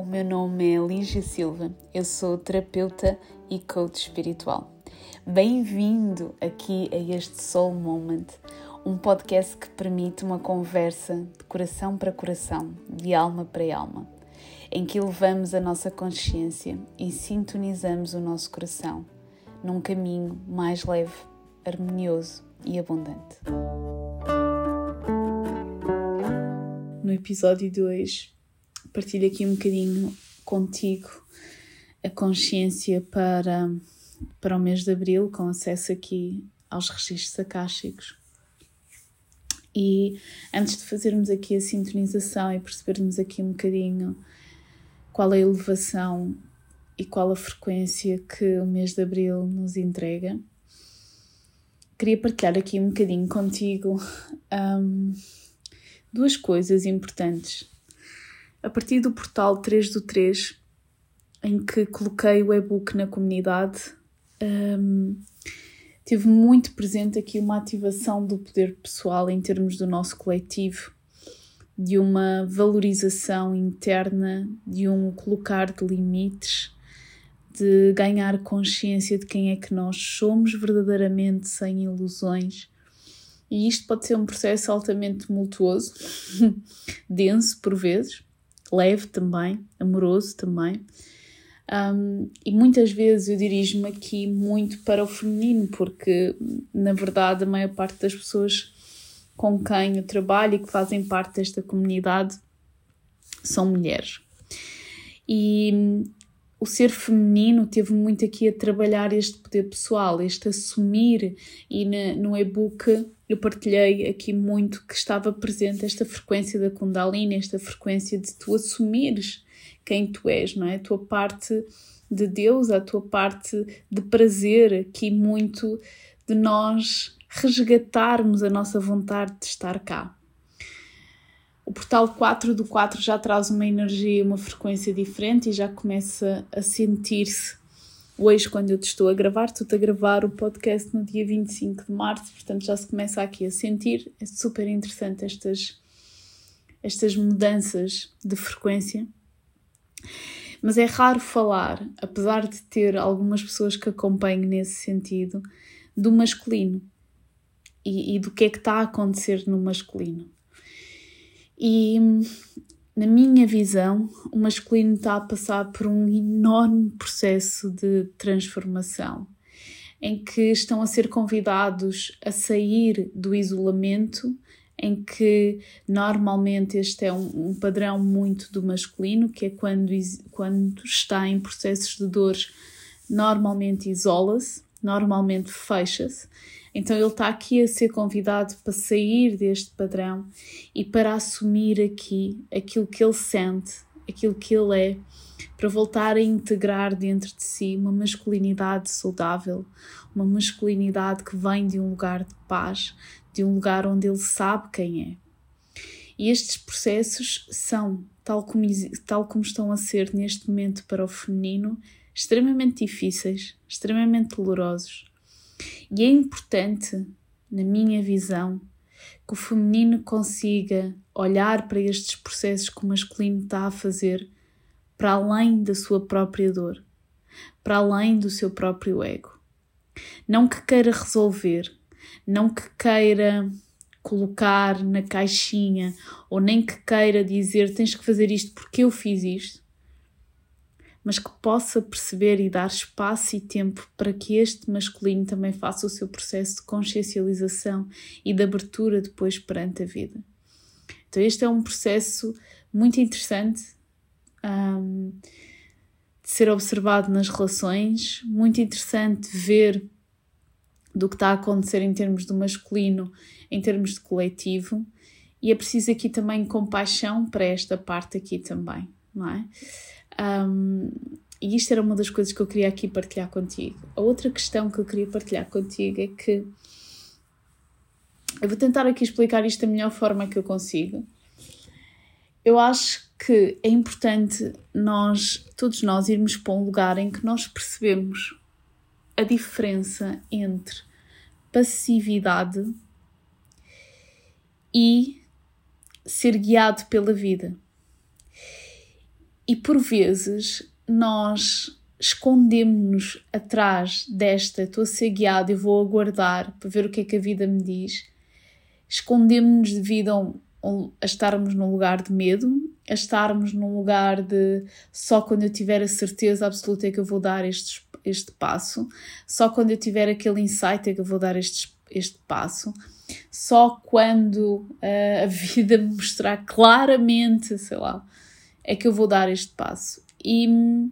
o meu nome é Lígia Silva, eu sou terapeuta e coach espiritual. Bem-vindo aqui a este Soul Moment, um podcast que permite uma conversa de coração para coração, de alma para alma, em que elevamos a nossa consciência e sintonizamos o nosso coração num caminho mais leve, harmonioso e abundante. No episódio de hoje, partilho aqui um bocadinho contigo a consciência para o mês de Abril, com acesso aqui aos registros akáshicos. E antes de fazermos aqui a sintonização e percebermos aqui um bocadinho qual é a elevação e qual a frequência que o mês de Abril nos entrega, queria partilhar aqui um bocadinho contigo duas coisas importantes. A partir do portal 3/3, em que coloquei o e-book na comunidade, tive muito presente aqui uma ativação do poder pessoal em termos do nosso coletivo, de uma valorização interna, de um colocar de limites, de ganhar consciência de quem é que nós somos verdadeiramente, sem ilusões. E isto pode ser um processo altamente tumultuoso, denso por vezes, leve também, amoroso também. E muitas vezes eu dirijo-me aqui muito para o feminino, porque na verdade a maior parte das pessoas com quem eu trabalho e que fazem parte desta comunidade são mulheres. E o ser feminino teve muito aqui a trabalhar este poder pessoal, este assumir, e no e-book eu partilhei aqui muito que estava presente esta frequência da Kundalini, esta frequência de tu assumires quem tu és, não é? A tua parte de Deus, a tua parte de prazer, aqui muito de nós resgatarmos a nossa vontade de estar cá. O portal 4/4 já traz uma energia, uma frequência diferente e já começa a sentir-se. Hoje, quando eu te estou a gravar, estou-te a gravar o podcast no dia 25 de março, portanto já se começa aqui a sentir. É super interessante estas mudanças de frequência. Mas é raro falar, apesar de ter algumas pessoas que acompanho nesse sentido, do masculino e do que é que está a acontecer no masculino. E na minha visão, o masculino está a passar por um enorme processo de transformação, em que estão a ser convidados a sair do isolamento, em que normalmente este é um padrão muito do masculino, que é quando está em processos de dores, normalmente isola-se, normalmente fecha-se. Então ele está aqui a ser convidado para sair deste padrão e para assumir aqui aquilo que ele sente, aquilo que ele é, para voltar a integrar dentro de si uma masculinidade saudável, uma masculinidade que vem de um lugar de paz, de um lugar onde ele sabe quem é. E estes processos são, tal como estão a ser neste momento para o feminino, extremamente difíceis, extremamente dolorosos. E é importante, na minha visão, que o feminino consiga olhar para estes processos que o masculino está a fazer para além da sua própria dor, para além do seu próprio ego. Não que queira resolver, não que queira colocar na caixinha, ou nem que queira dizer tens que fazer isto porque eu fiz isto, mas que possa perceber e dar espaço e tempo para que este masculino também faça o seu processo de consciencialização e de abertura depois perante a vida. Então este é um processo muito interessante de ser observado nas relações, muito interessante ver do que está a acontecer em termos do masculino, em termos de coletivo, e é preciso aqui também compaixão para esta parte aqui também, não é? E isto era uma das coisas que eu queria aqui partilhar contigo. A outra questão que eu queria partilhar contigo é que eu vou tentar aqui explicar isto da melhor forma que eu consigo. Eu acho que é importante todos nós irmos para um lugar em que nós percebemos a diferença entre passividade e ser guiado pela vida. E por vezes nós escondemos-nos atrás desta, estou a ser guiado e vou aguardar para ver o que é que a vida me diz. Escondemos-nos devido a estarmos num lugar de medo, a estarmos num lugar de só quando eu tiver a certeza absoluta é que eu vou dar este passo, só quando eu tiver aquele insight é que eu vou dar este passo, só quando a vida me mostrar claramente, sei lá, é que eu vou dar este passo. E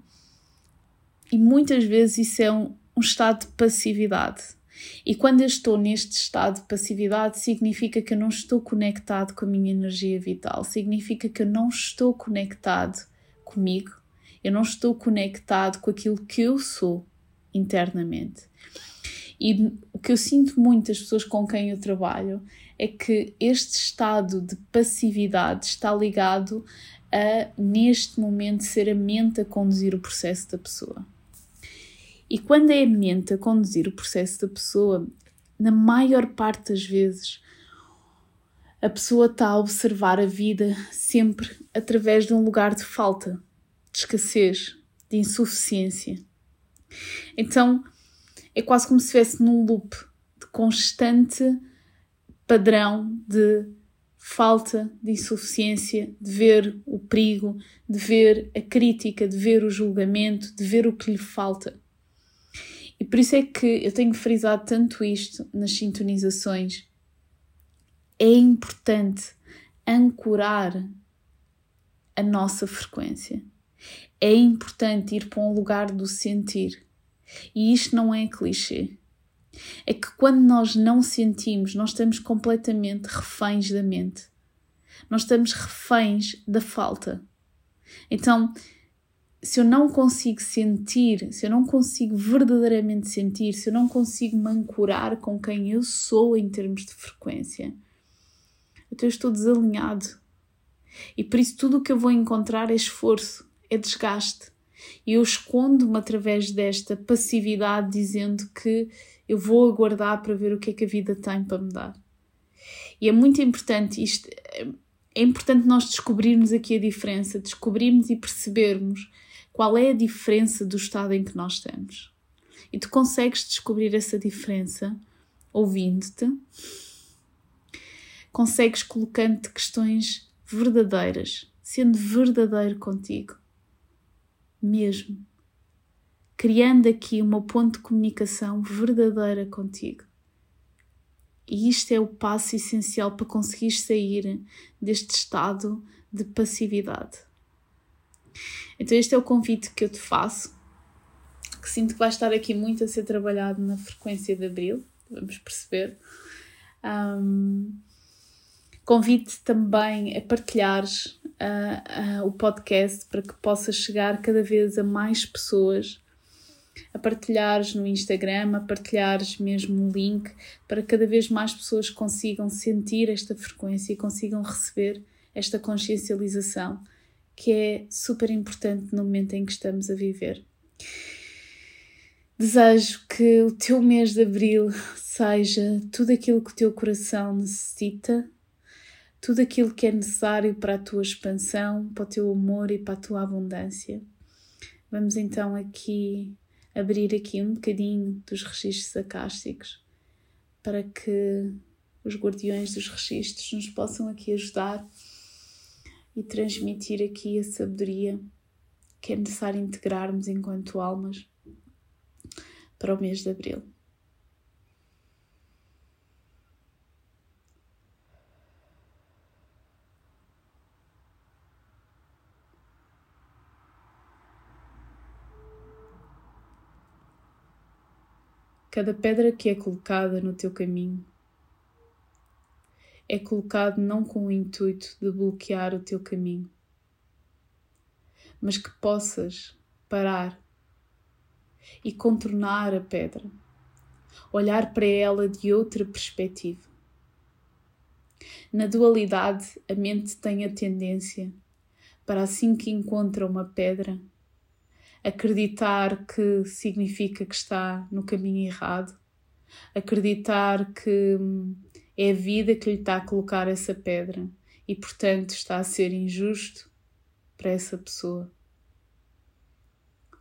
muitas vezes isso é um estado de passividade. E quando eu estou neste estado de passividade, significa que eu não estou conectado com a minha energia vital, significa que eu não estou conectado comigo, eu não estou conectado com aquilo que eu sou internamente. E o que eu sinto muito das pessoas com quem eu trabalho é que este estado de passividade está ligado a, neste momento, ser a mente a conduzir o processo da pessoa. E quando é a mente a conduzir o processo da pessoa, na maior parte das vezes, a pessoa está a observar a vida sempre através de um lugar de falta, de escassez, de insuficiência. Então, é quase como se estivesse num loop de constante padrão de falta, de insuficiência, de ver o perigo, de ver a crítica, de ver o julgamento, de ver o que lhe falta. E por isso é que eu tenho frisado tanto isto nas sintonizações. É importante ancorar a nossa frequência. É importante ir para um lugar do sentir. E isto não é clichê. É que quando nós não sentimos, nós estamos completamente reféns da mente. Nós estamos reféns da falta. Então, se eu não consigo sentir, se eu não consigo verdadeiramente sentir, se eu não consigo me ancorar com quem eu sou em termos de frequência, então eu estou desalinhado. E por isso tudo o que eu vou encontrar é esforço, é desgaste. E eu escondo-me através desta passividade dizendo que eu vou aguardar para ver o que é que a vida tem para me dar. E é muito importante isto, é importante nós descobrirmos aqui a diferença, descobrirmos e percebermos qual é a diferença do estado em que nós estamos. E tu consegues descobrir essa diferença ouvindo-te, consegues colocando-te questões verdadeiras, sendo verdadeiro contigo, mesmo, criando aqui uma ponte de comunicação verdadeira contigo. E isto é o passo essencial para conseguir sair deste estado de passividade. Então este é o convite que eu te faço, que sinto que vai estar aqui muito a ser trabalhado na frequência de Abril, vamos perceber. Convido-te também a partilhares o podcast para que possas chegar cada vez a mais pessoas, a partilhares no Instagram, a partilhares mesmo o link, para que cada vez mais pessoas consigam sentir esta frequência e consigam receber esta consciencialização, que é super importante no momento em que estamos a viver. Desejo que o teu mês de Abril seja tudo aquilo que o teu coração necessita, tudo aquilo que é necessário para a tua expansão, para o teu amor e para a tua abundância. Vamos então aqui abrir aqui um bocadinho dos registros acásticos para que os guardiões dos registros nos possam aqui ajudar e transmitir aqui a sabedoria que é necessário integrarmos enquanto almas para o mês de Abril. Cada pedra que é colocada no teu caminho é colocado não com o intuito de bloquear o teu caminho, mas que possas parar e contornar a pedra, olhar para ela de outra perspectiva. Na dualidade, a mente tem a tendência para, assim que encontra uma pedra, acreditar que significa que está no caminho errado, acreditar que é a vida que lhe está a colocar essa pedra e, portanto, está a ser injusto para essa pessoa.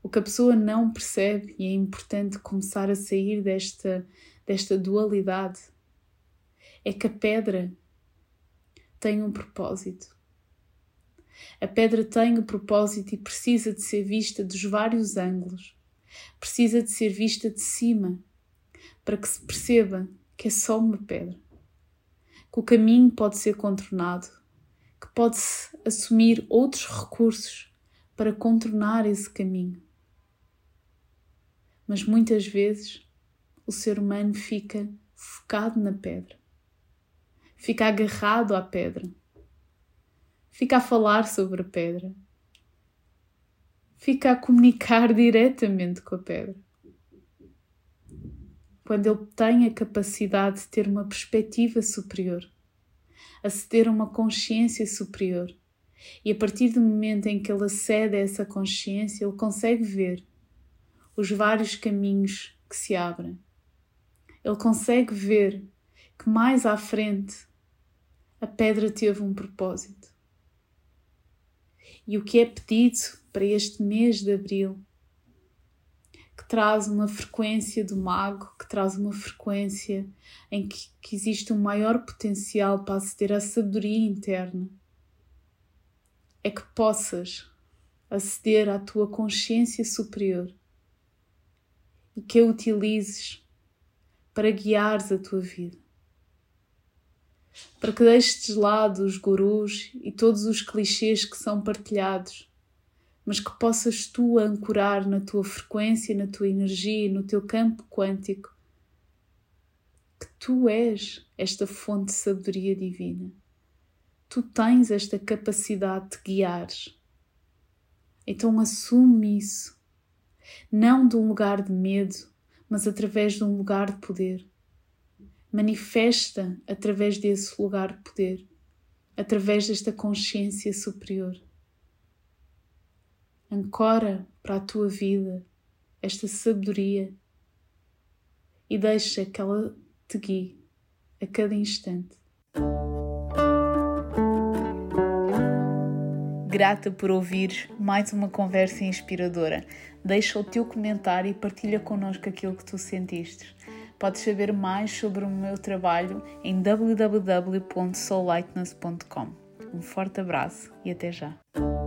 O que a pessoa não percebe, e é importante começar a sair desta dualidade, é que a pedra tem um propósito. A pedra tem um propósito e precisa de ser vista dos vários ângulos. Precisa de ser vista de cima, para que se perceba que é só uma pedra. Que o caminho pode ser contornado, que pode-se assumir outros recursos para contornar esse caminho. Mas muitas vezes o ser humano fica focado na pedra, fica agarrado à pedra, fica a falar sobre a pedra, fica a comunicar diretamente com a pedra. Quando ele tem a capacidade de ter uma perspectiva superior, aceder a uma consciência superior, e a partir do momento em que ele acede a essa consciência, ele consegue ver os vários caminhos que se abrem. Ele consegue ver que mais à frente a pedra teve um propósito. E o que é pedido para este mês de abril, que traz uma frequência do mago, que traz uma frequência em que existe um maior potencial para aceder à sabedoria interna, é que possas aceder à tua consciência superior e que a utilizes para guiares a tua vida. Para que deixes de lado os gurus e todos os clichês que são partilhados, mas que possas tu ancorar na tua frequência, na tua energia, no teu campo quântico, que tu és esta fonte de sabedoria divina. Tu tens esta capacidade de guiares. Então assume isso, não de um lugar de medo, mas através de um lugar de poder. Manifesta através desse lugar de poder, através desta consciência superior. Ancora para a tua vida esta sabedoria e deixa que ela te guie a cada instante. Grata por ouvires mais uma conversa inspiradora. Deixa o teu comentário e partilha connosco aquilo que tu sentiste. Podes saber mais sobre o meu trabalho em www.soullightness.com. Um forte abraço e até já!